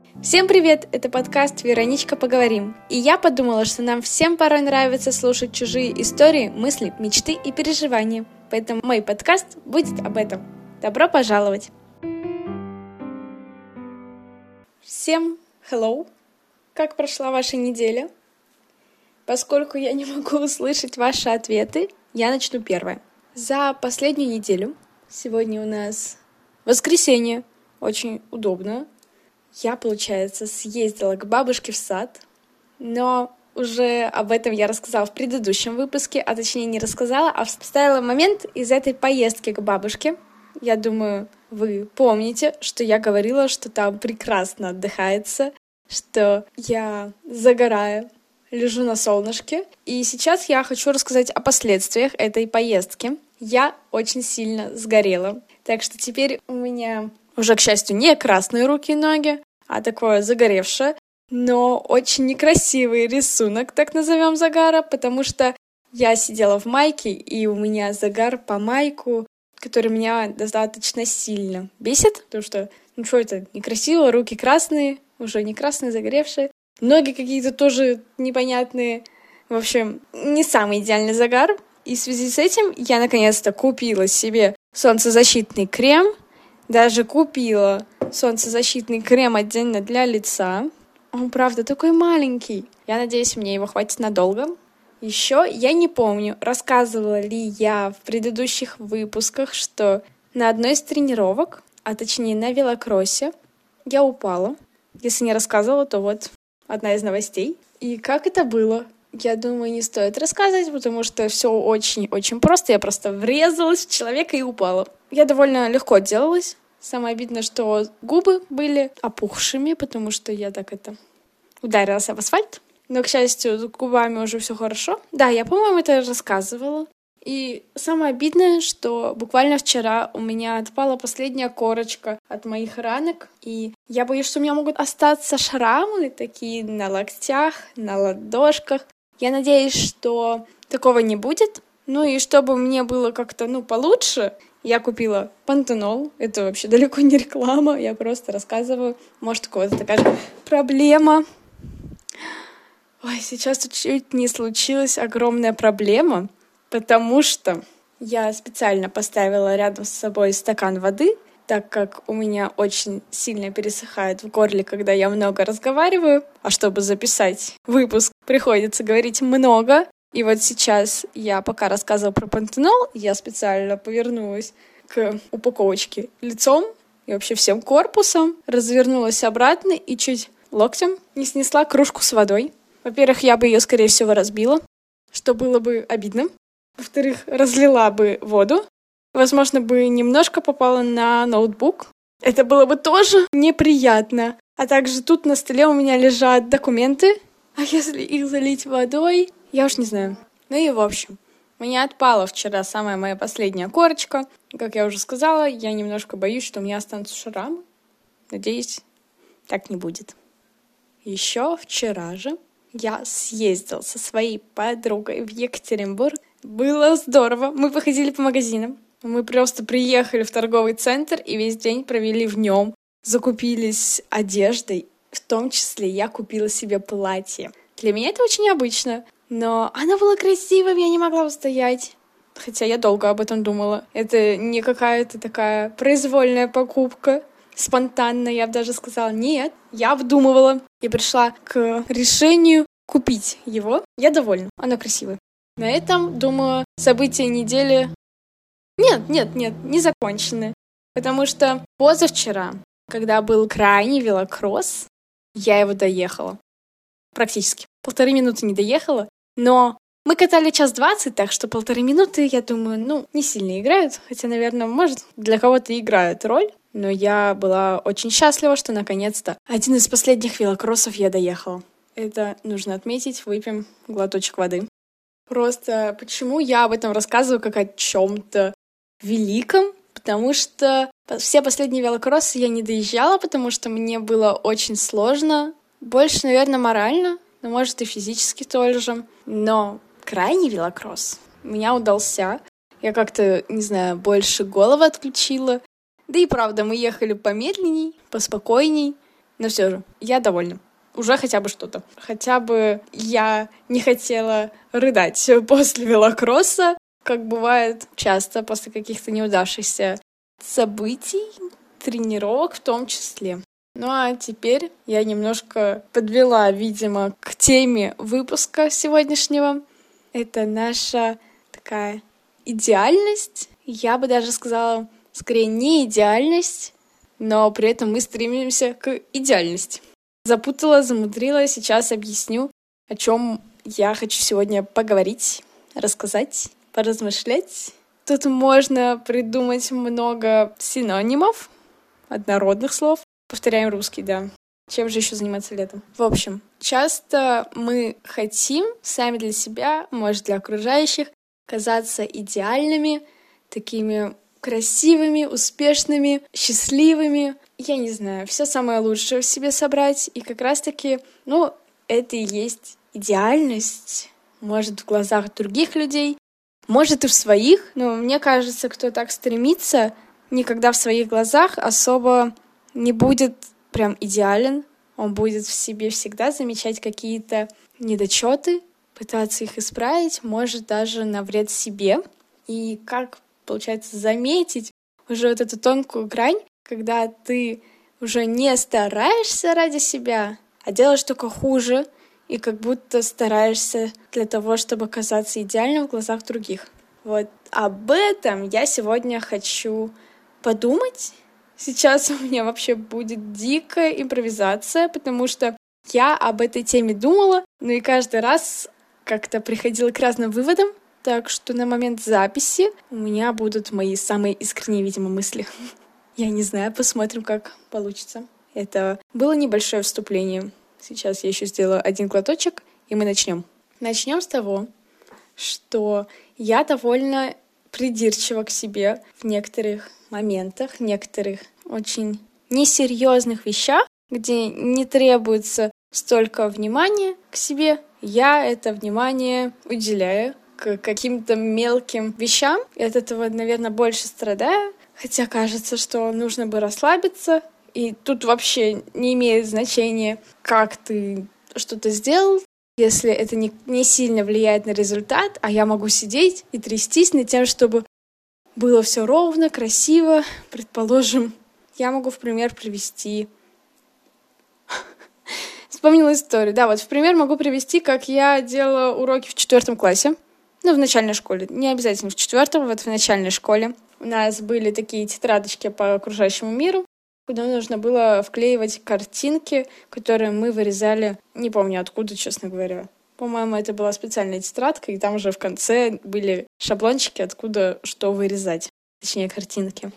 Всем привет! Это подкаст «Вероничка, поговорим». И я подумала, что нам всем порой нравится слушать чужие истории, мысли, мечты и переживания. Поэтому мой подкаст будет об этом. Добро пожаловать! Всем hello! Как прошла ваша неделя? Поскольку я не могу услышать ваши ответы, я начну первое. За последнюю неделю, сегодня у нас воскресенье, очень удобно, я, получается, съездила к бабушке в сад, но уже об этом я рассказала в предыдущем выпуске, а точнее не рассказала, а вставила момент из этой поездки к бабушке. Я думаю, вы помните, что я говорила, что там прекрасно отдыхается, что я загораю, лежу на солнышке. И сейчас я хочу рассказать о последствиях этой поездки. Я очень сильно сгорела, так что теперь у меня уже, к счастью, не красные руки и ноги, а такое загоревшее, но очень некрасивый рисунок, так назовем, загара, потому что я сидела в майке, и у меня загар по майку, который меня достаточно сильно бесит, потому что, что это, некрасиво, руки красные, уже не красные, загоревшие, ноги какие-то тоже непонятные, в общем, не самый идеальный загар, и в связи с этим я наконец-то купила себе солнцезащитный крем, даже купила солнцезащитный крем отдельно для лица. Он, правда, такой маленький. Я надеюсь, мне его хватит надолго. Еще я не помню, рассказывала ли я в предыдущих выпусках, что на одной из тренировок, а точнее на велокроссе, я упала. Если не рассказывала, то вот одна из новостей. И как это было? Я думаю, не стоит рассказывать, потому что все очень-очень просто. Я просто врезалась в человека и упала. Я довольно легко отделалась. Самое обидное, что губы были опухшими, потому что я так ударилась об асфальт. Но, к счастью, с губами уже все хорошо. Да, я, по-моему, это рассказывала. И самое обидное, что буквально вчера у меня отпала последняя корочка от моих ранок. И я боюсь, что у меня могут остаться шрамы такие на локтях, на ладошках. Я надеюсь, что такого не будет. Ну и чтобы мне было как-то, получше, я купила пантенол. Это вообще далеко не реклама, я просто рассказываю. Может, у кого-то такая же проблема. Ой, сейчас тут чуть не случилась огромная проблема, потому что я специально поставила рядом с собой стакан воды, так как у меня очень сильно пересыхает в горле, когда я много разговариваю. А чтобы записать выпуск, приходится говорить много. И вот сейчас я пока рассказывала про пантенол, я специально повернулась к упаковочке лицом и вообще всем корпусом, развернулась обратно и чуть локтем не снесла кружку с водой. Во-первых, я бы ее, скорее всего, разбила, что было бы обидно. Во-вторых, разлила бы воду. Возможно, бы немножко попала на ноутбук. Это было бы тоже неприятно. А также тут на столе у меня лежат документы. А если их залить водой, я уж не знаю. Ну и в общем, у меня отпала вчера самая моя последняя корочка. Как я уже сказала, я немножко боюсь, что у меня останутся шрамы. Надеюсь, так не будет. Еще вчера же я съездила со своей подругой в Екатеринбург. Было здорово. Мы походили по магазинам. Мы просто приехали в торговый центр и весь день провели в нем. Закупились одеждой. В том числе я купила себе платье. Для меня это очень необычно, но оно было красивым, я не могла устоять. Хотя я долго об этом думала. Это не какая-то такая произвольная покупка, спонтанная, я бы даже сказала. Нет, я обдумывала и пришла к решению купить его. Я довольна, оно красивое. На этом, думаю, события недели... Нет, не закончены. Потому что позавчера, когда был крайний велокросс, я его доехала. Практически. 1,5 минуты не доехала, но мы катали 1:20, так что 1,5 минуты, я думаю, не сильно играют. Хотя, наверное, может, для кого-то играют роль. Но я была очень счастлива, что наконец-то один из последних велокроссов я доехала. Это нужно отметить, выпьем глоточек воды. Просто почему я об этом рассказываю как о чем-то великом? Потому что все последние велокроссы я не доезжала, потому что мне было очень сложно. Больше, наверное, морально, но, может, и физически тоже. Но крайний велокросс у меня удался. Я как-то, не знаю, больше голову отключила. Да и правда, мы ехали помедленней, поспокойней. Но все же, я довольна. Уже хотя бы что-то. Хотя бы я не хотела рыдать после велокросса, как бывает часто после каких-то неудавшихся событий, тренировок в том числе. Ну а теперь я немножко подвела, видимо, к теме выпуска сегодняшнего. Это наша такая идеальность. Я бы даже сказала, скорее не идеальность, но при этом мы стремимся к идеальности. Запутала, замудрила, сейчас объясню, о чем я хочу сегодня поговорить, рассказать, поразмышлять. Тут можно придумать много синонимов, однородных слов. Повторяем русский, да. Чем же еще заниматься летом? В общем, часто мы хотим сами для себя, может, для окружающих, казаться идеальными, такими красивыми, успешными, счастливыми. Я не знаю, все самое лучшее в себе собрать. И как раз-таки, это и есть идеальность. Может, в глазах других людей, может, и в своих. Но мне кажется, кто так стремится, никогда в своих глазах особо не будет прям идеален. Он будет в себе всегда замечать какие-то недочеты, пытаться их исправить, может, даже на вред себе. И как, получается, заметить уже вот эту тонкую грань, когда ты уже не стараешься ради себя, а делаешь только хуже, и как будто стараешься для того, чтобы казаться идеальным в глазах других. Вот об этом я сегодня хочу подумать. Сейчас у меня вообще будет дикая импровизация, потому что я об этой теме думала, но и каждый раз как-то приходила к разным выводам, так что на момент записи у меня будут мои самые искренние, видимо, мысли. Я не знаю, посмотрим, как получится. Это было небольшое вступление. Сейчас я еще сделаю один глоточек, и мы начнем. Начнем с того, что я довольно придирчива к себе в некоторых моментах, в некоторых очень несерьезных вещах, где не требуется столько внимания к себе. Я это внимание уделяю к каким-то мелким вещам, и от этого, наверное, больше страдаю. Хотя кажется, что нужно бы расслабиться, и тут вообще не имеет значения, как ты что-то сделал, если это не сильно влияет на результат, а я могу сидеть и трястись над тем, чтобы было все ровно, красиво. Предположим, я могу в пример привести... Вспомнила историю. Да, вот в пример могу привести, как я делала уроки в 4 классе. В начальной школе. Не обязательно в 4, вот в начальной школе. У нас были такие тетрадочки по окружающему миру, куда нужно было вклеивать картинки, которые мы вырезали, не помню откуда, честно говоря. По-моему, это была специальная тетрадка, и там уже в конце были шаблончики, откуда что вырезать, точнее, картинки.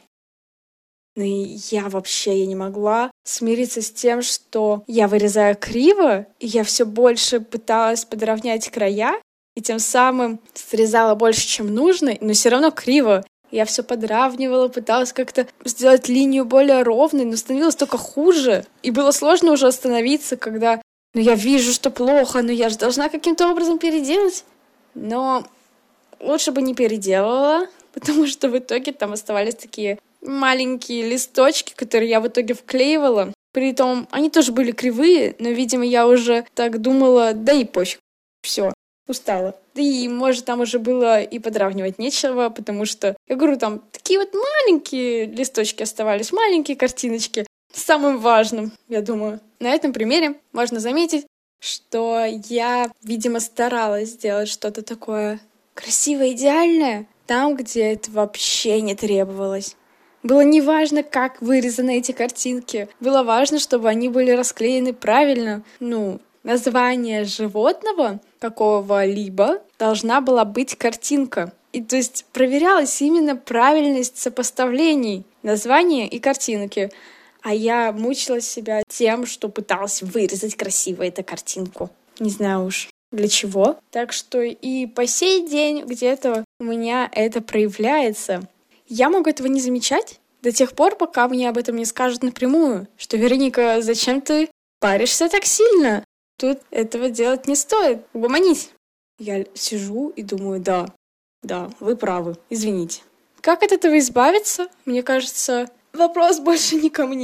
Ну и я не могла смириться с тем, что я вырезаю криво, и я все больше пыталась подровнять края, и тем самым срезала больше, чем нужно, но все равно криво. Я все подравнивала, пыталась как-то сделать линию более ровной, но становилось только хуже. И было сложно уже остановиться, когда я вижу, что плохо, но я же должна каким-то образом переделать. Но лучше бы не переделывала, потому что в итоге там оставались такие маленькие листочки, которые я в итоге вклеивала. Притом они тоже были кривые, но, видимо, я уже так думала, да и пофиг, все. Устала. Да и, может, там уже было и подравнивать нечего, потому что, я говорю, там такие вот маленькие листочки оставались, маленькие картиночки. Самым важным, я думаю. На этом примере можно заметить, что я, видимо, старалась сделать что-то такое красивое, идеальное, там, где это вообще не требовалось. Было не важно, как вырезаны эти картинки. Было важно, чтобы они были расклеены правильно. Название животного какого-либо должна была быть картинка. И то есть проверялась именно правильность сопоставлений названия и картинки. А я мучила себя тем, что пыталась вырезать красиво эту картинку. Не знаю уж для чего. Так что и по сей день где-то у меня это проявляется. Я могу этого не замечать до тех пор, пока мне об этом не скажут напрямую, что «Вероника, зачем ты паришься так сильно? Тут этого делать не стоит. Угомонись». Я сижу и думаю, да, вы правы, извините. Как от этого избавиться? Мне кажется, вопрос больше не ко мне.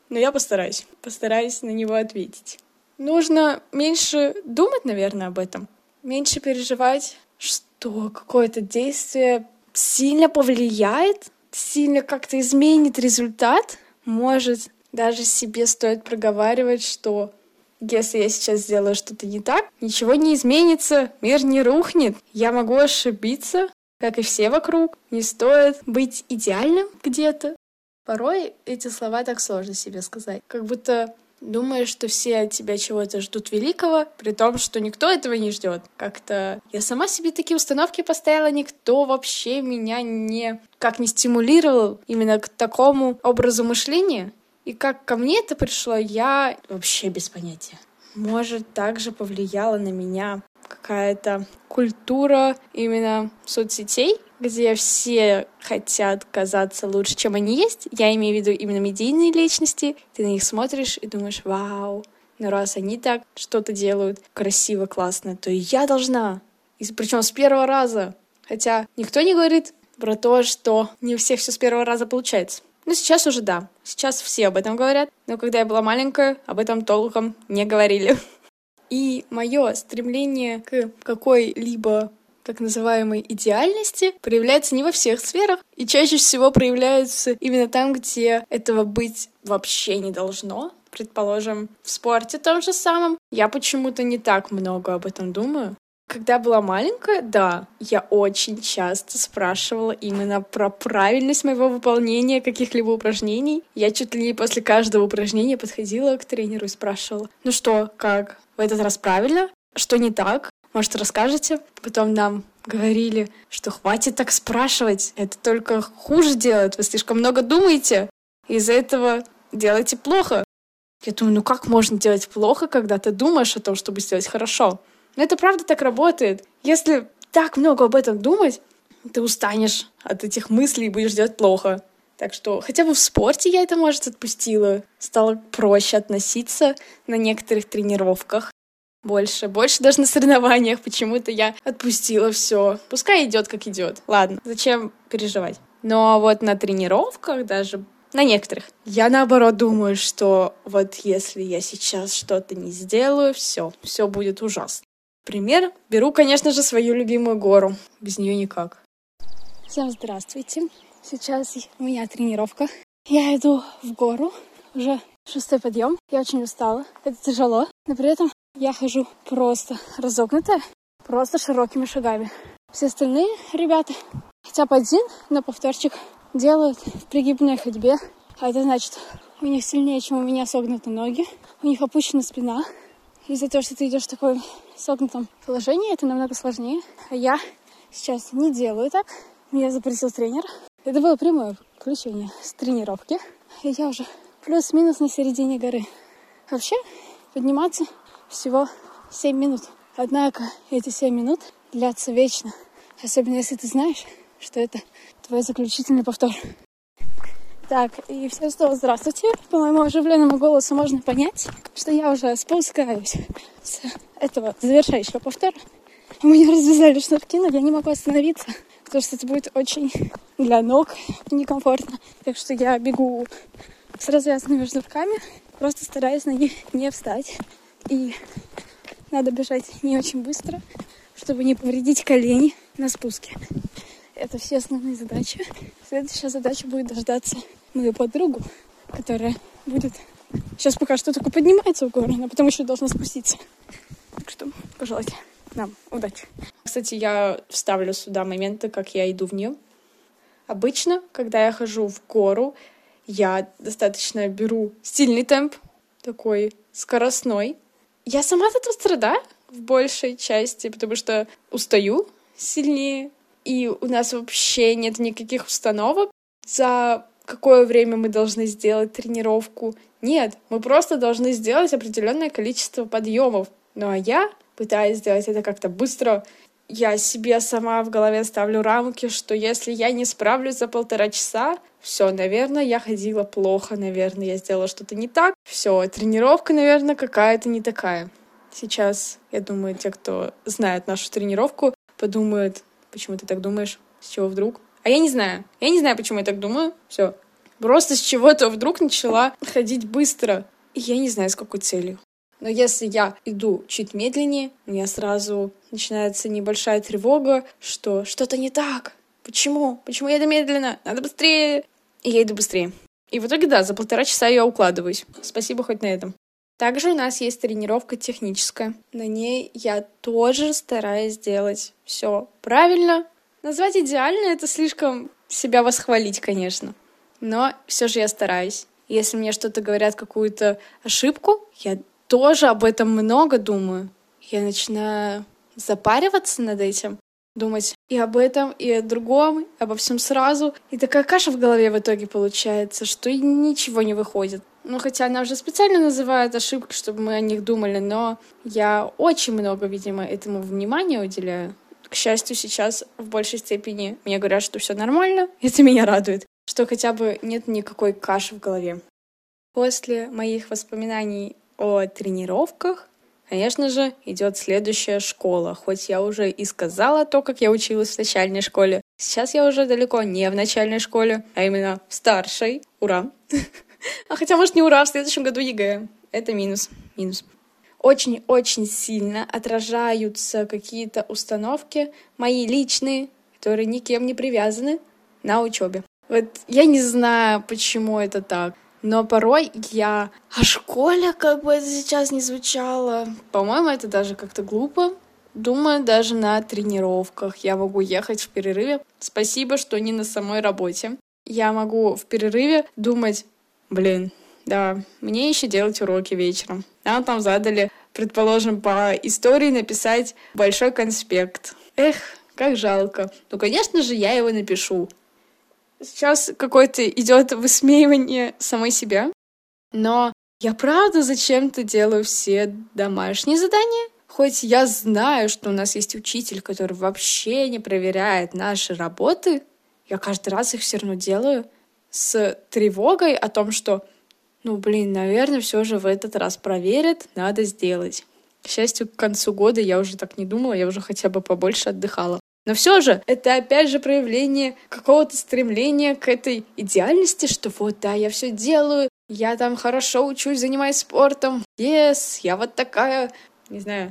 но я постараюсь на него ответить. Нужно меньше думать, наверное, об этом, меньше переживать, что какое-то действие сильно повлияет, сильно как-то изменит результат. Может, даже себе стоит проговаривать, что если я сейчас сделаю что-то не так, ничего не изменится, мир не рухнет. Я могу ошибиться, как и все вокруг. Не стоит быть идеальным где-то. Порой эти слова так сложно себе сказать. Как будто думаешь, что все от тебя чего-то ждут великого, при том, что никто этого не ждет. Как-то я сама себе такие установки поставила, никто вообще меня не стимулировал именно к такому образу мышления. И как ко мне это пришло, я вообще без понятия. Может, также повлияла на меня какая-то культура именно соцсетей, где все хотят казаться лучше, чем они есть. Я имею в виду именно медийные личности. Ты на них смотришь и думаешь: вау, но раз они так что-то делают красиво, классно, то и я должна. И причем с первого раза. Хотя никто не говорит про то, что не у всех все с первого раза получается. Ну, сейчас уже да. Сейчас все об этом говорят. Но когда я была маленькая, об этом толком не говорили. И мое стремление к какой-либо так называемой идеальности проявляется не во всех сферах. И чаще всего проявляется именно там, где этого быть вообще не должно. Предположим, в спорте том же самом. Я почему-то не так много об этом думаю. Когда была маленькая, да, я очень часто спрашивала именно про правильность моего выполнения каких-либо упражнений. Я чуть ли не после каждого упражнения подходила к тренеру и спрашивала: ну что, как? В этот раз правильно? Что не так? Может, расскажете? Потом нам говорили, что хватит так спрашивать, это только хуже делает, вы слишком много думаете, из-за этого делаете плохо. Я думаю, ну как можно делать плохо, когда ты думаешь о том, чтобы сделать хорошо? Но это правда так работает. Если так много об этом думать, ты устанешь от этих мыслей и будешь делать плохо. Так что хотя бы в спорте я это, может, отпустила. Стало проще относиться на некоторых тренировках. Больше даже на соревнованиях почему-то я отпустила все. Пускай идет как идет. Ладно, зачем переживать? Но вот на тренировках даже, на некоторых, я наоборот думаю, что вот если я сейчас что-то не сделаю, все будет ужасно. Пример беру, конечно же, свою любимую гору. Без нее никак. Всем здравствуйте. Сейчас у меня тренировка. Я иду в гору. Уже 6-й подъем. Я очень устала. Это тяжело. Но при этом я хожу просто разогнутая, просто широкими шагами. Все остальные ребята хотя бы один, но повторчик делают в пригибной ходьбе. А это значит, у них сильнее, чем у меня согнуты ноги. У них опущена спина. Из-за того, что ты идешь в таком согнутом положении, это намного сложнее. А я сейчас не делаю так. Меня запретил тренер. Это было прямое включение с тренировки. И я уже плюс-минус на середине горы. Вообще, подниматься всего 7 минут. Однако эти 7 минут длятся вечно. Особенно если ты знаешь, что это твой заключительный повтор. Так, и всем снова здравствуйте. По моему оживленному голосу можно понять, что я уже спускаюсь с этого завершающего повтора. У меня развязали шнурки, но я не могу остановиться, потому что это будет очень для ног некомфортно. Так что я бегу с развязанными шнурками, просто стараюсь на них не встать. И надо бежать не очень быстро, чтобы не повредить колени на спуске. Это все основные задачи. Следующая задача будет дождаться мою подругу, которая будет сейчас пока что только поднимается в гору, но потом еще должна спуститься. Так что, пожелайте нам удачи. Кстати, я вставлю сюда моменты, как я иду в нее. Обычно, когда я хожу в гору, я достаточно беру стильный темп, такой скоростной. Я сама от этого страдаю в большей части, потому что устаю сильнее. И у нас вообще нет никаких установок, за какое время мы должны сделать тренировку. Нет, мы просто должны сделать определенное количество подъемов. Ну а я пытаюсь сделать это как-то быстро. Я себе сама в голове ставлю рамки, что если я не справлюсь за 1,5 часа, все, наверное, я ходила плохо, наверное, я сделала что-то не так. Все, тренировка, наверное, какая-то не такая. Сейчас, я думаю, те, кто знает нашу тренировку, подумают: почему ты так думаешь? С чего вдруг? А я не знаю. Я не знаю, почему я так думаю. Все. Просто с чего-то вдруг начала ходить быстро. И я не знаю, с какой целью. Но если я иду чуть медленнее, у меня сразу начинается небольшая тревога, что что-то не так. Почему? Почему я иду медленно? Надо быстрее. И я иду быстрее. И в итоге, да, за 1,5 часа я укладываюсь. Спасибо хоть на этом. Также у нас есть тренировка техническая. На ней я тоже стараюсь сделать все правильно. Назвать идеально — это слишком себя восхвалить, конечно. Но все же я стараюсь. Если мне что-то говорят, какую-то ошибку, я тоже об этом много думаю. Я начинаю запариваться над этим, думать и об этом, и о другом, обо всем сразу. И такая каша в голове в итоге получается, что и ничего не выходит. Ну, хотя она уже специально называет ошибки, чтобы мы о них думали, но я очень много, видимо, этому внимания уделяю. К счастью, сейчас в большей степени мне говорят, что все нормально. Это меня радует, что хотя бы нет никакой каши в голове. После моих воспоминаний о тренировках, конечно же, идет следующая школа. Хоть я уже и сказала то, как я училась в начальной школе. Сейчас я уже далеко не в начальной школе, а именно в старшей. Ура! А хотя, может, не ура, в следующем году ЕГЭ. Это минус. Очень-очень сильно отражаются какие-то установки, мои личные, которые никем не привязаны, на учебе. Вот я не знаю, почему это так. Но порой я о школе, как бы это сейчас не звучало, по-моему, это даже как-то глупо. Думаю, даже на тренировках я могу ехать в перерыве. Спасибо, что не на самой работе. Я могу в перерыве думать, да, мне еще делать уроки вечером. Нам там задали, предположим, по истории написать большой конспект. Эх, как жалко. Ну, конечно же, я его напишу. Сейчас какое-то идет высмеивание самой себя, но я правда зачем-то делаю все домашние задания, хоть я знаю, что у нас есть учитель, который вообще не проверяет наши работы, я каждый раз их все равно делаю с тревогой о том, что, наверное, все же в этот раз проверят, надо сделать. К счастью, к концу года я уже так не думала, я уже хотя бы побольше отдыхала. Но все же, это опять же проявление какого-то стремления к этой идеальности, что вот, да, я все делаю, я там хорошо учусь, занимаюсь спортом, я вот такая, не знаю,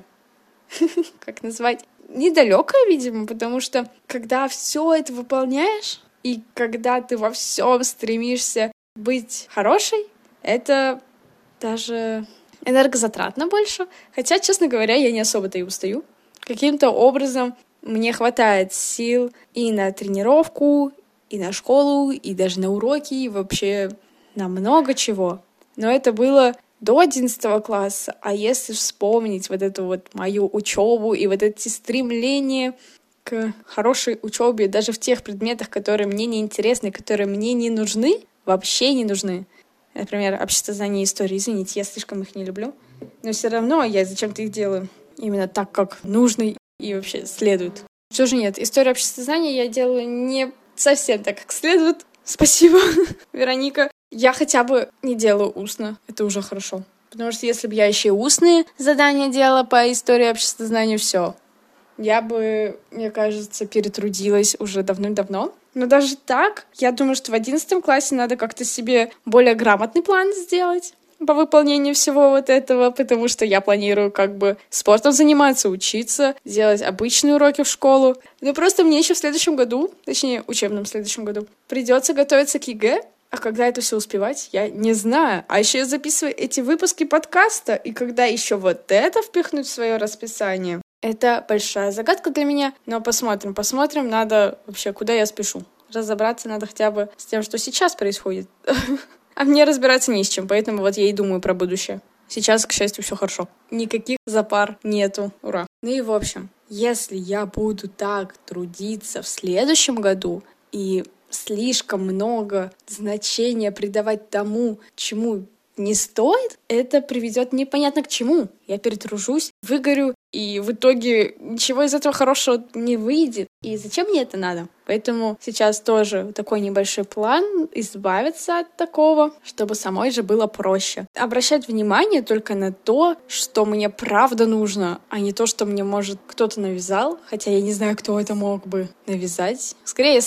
как назвать, недалекая, видимо, потому что когда все это выполняешь, и когда ты во всем стремишься быть хорошей, это даже энергозатратно больше. Хотя, честно говоря, я не особо-то и устаю. Каким-то образом мне хватает сил и на тренировку, и на школу, и даже на уроки, и вообще на много чего. Но это было до 11 класса. А если вспомнить вот эту вот мою учебу и вот эти стремления к хорошей учебе даже в тех предметах, которые мне не интересны, которые мне не нужны, вообще не нужны. Например, обществознание и история. Извините, я слишком их не люблю. Но все равно я зачем-то их делаю именно так, как нужно и вообще следует. Все же нет, историю обществознания я делаю не совсем так, как следует. Спасибо, Вероника. Я хотя бы не делаю устно. Это уже хорошо. Потому что если бы я еще и устные задания делала по истории обществознания, все. Я бы, мне кажется, перетрудилась уже давным-давно. Но даже так, я думаю, что в 11 классе надо как-то себе более грамотный план сделать по выполнению всего вот этого, потому что я планирую как бы спортом заниматься, учиться, делать обычные уроки в школу. Но просто мне еще в следующем году, точнее, учебном следующем году, придется готовиться к ЕГЭ. А когда это все успевать, я не знаю. А еще я записываю эти выпуски подкаста, и когда еще вот это впихнуть в свое расписание, это большая загадка для меня. Но посмотрим, надо вообще, куда я спешу. Разобраться надо хотя бы с тем, что сейчас происходит. А мне разбираться не с чем, поэтому вот я и думаю про будущее. Сейчас, к счастью, все хорошо. Никаких запар нету. Ура. Ну и в общем, если я буду так трудиться в следующем году и слишком много значения придавать тому, чему не стоит, это приведет непонятно к чему. Я перетружусь, выгорю, и в итоге ничего из этого хорошего не выйдет. И зачем мне это надо? Поэтому сейчас тоже такой небольшой план избавиться от такого, чтобы самой же было проще. Обращать внимание только на то, что мне правда нужно, а не то, что мне, может, кто-то навязал, хотя я не знаю, кто это мог бы навязать. Скорее, сама.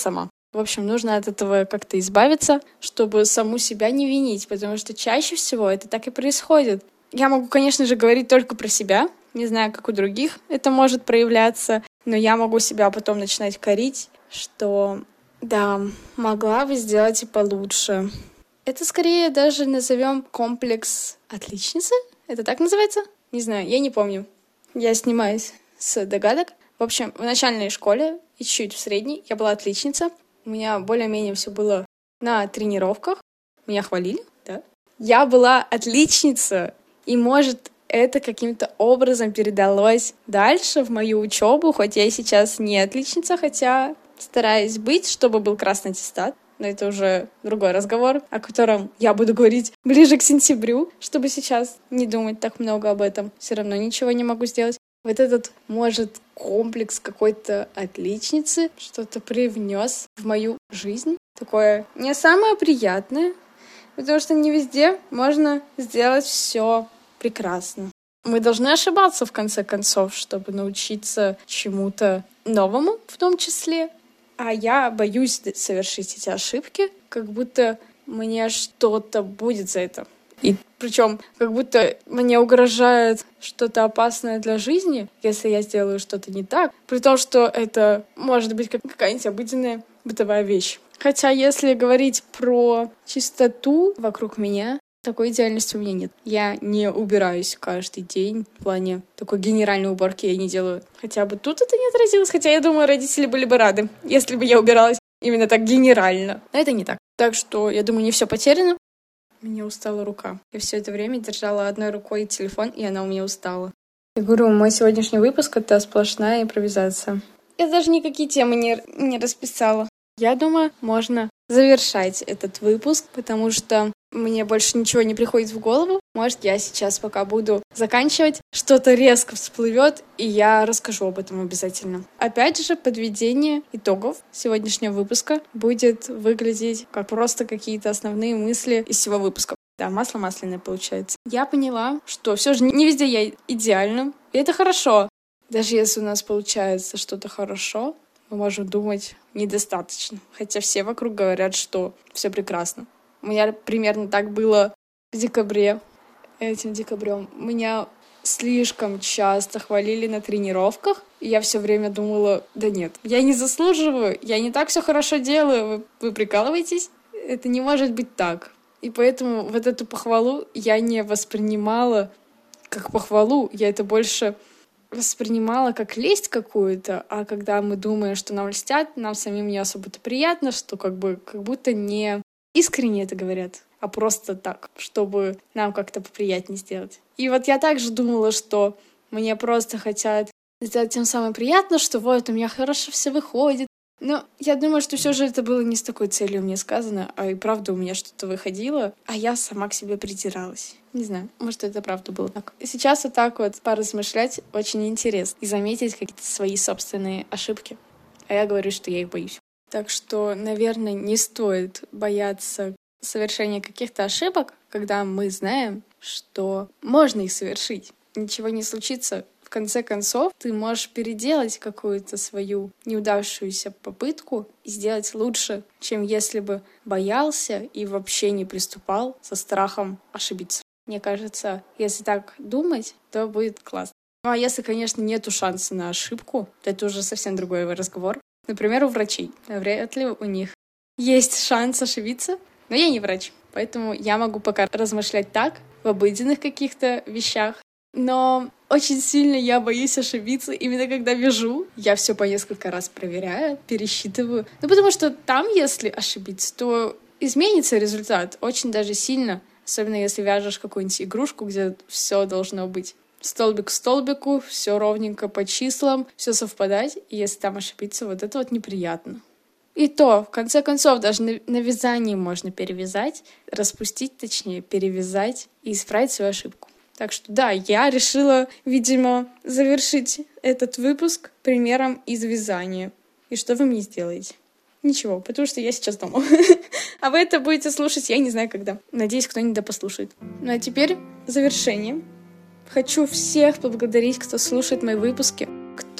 В общем, нужно от этого как-то избавиться, чтобы саму себя не винить, потому что чаще всего это так и происходит. Я могу, конечно же, говорить только про себя, не знаю, как у других это может проявляться, но я могу себя потом начинать корить, что да, могла бы сделать и получше. Это скорее даже назовем комплекс отличницы? Это так называется? Не знаю, я не помню. Я снимаюсь с догадок. В общем, в начальной школе и чуть-чуть в средней я была отличница. У меня более-менее все было на тренировках. Меня хвалили, да. Я была отличница. И, может, это каким-то образом передалось дальше в мою учебу, хоть я и сейчас не отличница, хотя стараюсь быть, чтобы был красный аттестат. Но это уже другой разговор, о котором я буду говорить ближе к сентябрю, чтобы сейчас не думать так много об этом. Все равно ничего не могу сделать. Вот этот, может, комплекс какой-то отличницы что-то привнес в мою жизнь. Такое не самое приятное, потому что не везде можно сделать все прекрасно. Мы должны ошибаться, в конце концов, чтобы научиться чему-то новому в том числе. А я боюсь совершить эти ошибки, как будто мне что-то будет за это. И причем как будто мне угрожает что-то опасное для жизни, если я сделаю что-то не так, при том, что это может быть как какая-нибудь обыденная бытовая вещь. Хотя если говорить про чистоту вокруг меня, такой идеальности у меня нет. Я не убираюсь каждый день. В плане такой генеральной уборки я не делаю. Хотя бы тут это не отразилось. Хотя я думаю, родители были бы рады, если бы я убиралась именно так генерально. Но это не так. Так что, я думаю, не все потеряно. Мне устала рука. Я все это время держала одной рукой телефон, и она у меня устала. Я говорю, мой сегодняшний выпуск — это сплошная импровизация. Я даже никакие темы не расписала. Я думаю, можно завершать этот выпуск, потому что мне больше ничего не приходит в голову. Может, я сейчас, пока буду заканчивать, что-то резко всплывет, и я расскажу об этом обязательно. Опять же, подведение итогов сегодняшнего выпуска будет выглядеть как просто какие-то основные мысли из всего выпуска. Да, масло масляное получается. Я поняла, что все же не везде я идеальна, и это хорошо. Даже если у нас получается что-то хорошо, мы можем думать недостаточно. Хотя все вокруг говорят, что все прекрасно. У меня примерно так было в декабре. Этим декабрем меня слишком часто хвалили на тренировках, и я все время думала, да нет, я не заслуживаю, я не так все хорошо делаю, вы прикалываетесь? Это не может быть так. И поэтому вот эту похвалу я не воспринимала как похвалу, я это больше воспринимала как лесть какую-то, а когда мы думаем, что нам льстят, нам самим не особо-то приятно, что как будто не искренне это говорят, а просто так, чтобы нам как-то поприятнее сделать. И вот я также думала, что мне просто хотят сделать тем самым приятно, что вот у меня хорошо все выходит. Но я думаю, что все же это было не с такой целью мне сказано, а и правда у меня что-то выходило, а я сама к себе придиралась. Не знаю, может, это правда было так. Сейчас вот так вот поразмышлять очень интересно и заметить какие-то свои собственные ошибки. А я говорю, что я их боюсь. Так что, наверное, не стоит бояться совершения каких-то ошибок, когда мы знаем, что можно их совершить. Ничего не случится. В конце концов, ты можешь переделать какую-то свою неудавшуюся попытку и сделать лучше, чем если бы боялся и вообще не приступал со страхом ошибиться. Мне кажется, если так думать, то будет классно. Ну а если, конечно, нету шанса на ошибку, то это уже совсем другой разговор. Например, у врачей. Вряд ли у них есть шанс ошибиться, но я не врач, поэтому я могу пока размышлять так, в обыденных каких-то вещах. Но очень сильно я боюсь ошибиться именно когда вяжу. Я все по несколько раз проверяю, пересчитываю. Ну, потому что там, если ошибиться, то изменится результат очень даже сильно. Особенно если вяжешь какую-нибудь игрушку, где все должно быть столбик к столбику, все ровненько по числам, все совпадать. И если там ошибиться, вот это вот неприятно. И то, в конце концов, даже на вязании можно перевязать, распустить, точнее, перевязать и исправить свою ошибку. Так что да, я решила, видимо, завершить этот выпуск примером из вязания. И что вы мне сделаете? Ничего, потому что я сейчас дома. А вы это будете слушать, я не знаю когда. Надеюсь, кто-нибудь да послушает. Ну а теперь завершение. Хочу всех поблагодарить, кто слушает мои выпуски, кто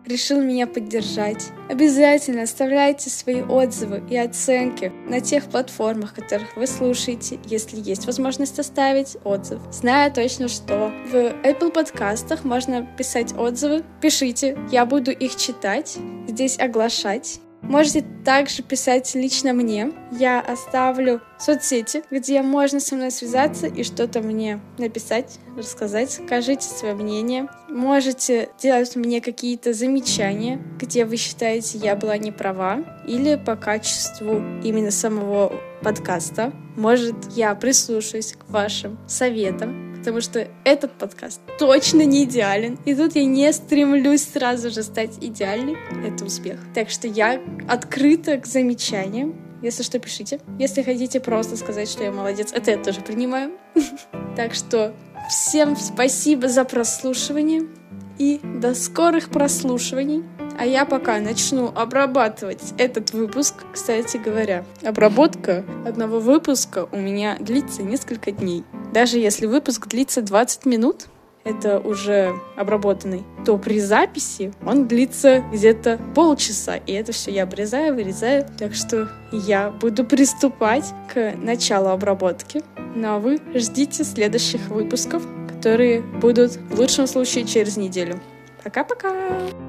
решил меня поддержать. Обязательно оставляйте свои отзывы и оценки на тех платформах, которых вы слушаете, если есть возможность оставить отзыв. Знаю точно, что в Apple подкастах можно писать отзывы. Пишите, я буду их читать, здесь оглашать. Можете также писать лично мне. Я оставлю соцсети, где можно со мной связаться и что-то мне написать, рассказать. Скажите свое мнение. Можете делать мне какие-то замечания, где вы считаете, я была не права, или по качеству именно самого подкаста. Может, я прислушаюсь к вашим советам, потому что этот подкаст точно не идеален. И тут я не стремлюсь сразу же стать идеальной. Это успех. Так что я открыта к замечаниям. Если что, пишите. Если хотите просто сказать, что я молодец, это я тоже принимаю. Так что всем спасибо за прослушивание. И до скорых прослушиваний. А я пока начну обрабатывать этот выпуск. Кстати говоря, обработка одного выпуска у меня длится несколько дней. Даже если выпуск длится 20 минут, это уже обработанный, то при записи он длится где-то полчаса. И это все я обрезаю, вырезаю. Так что я буду приступать к началу обработки. Ну а вы ждите следующих выпусков, которые будут в лучшем случае через неделю. Пока-пока!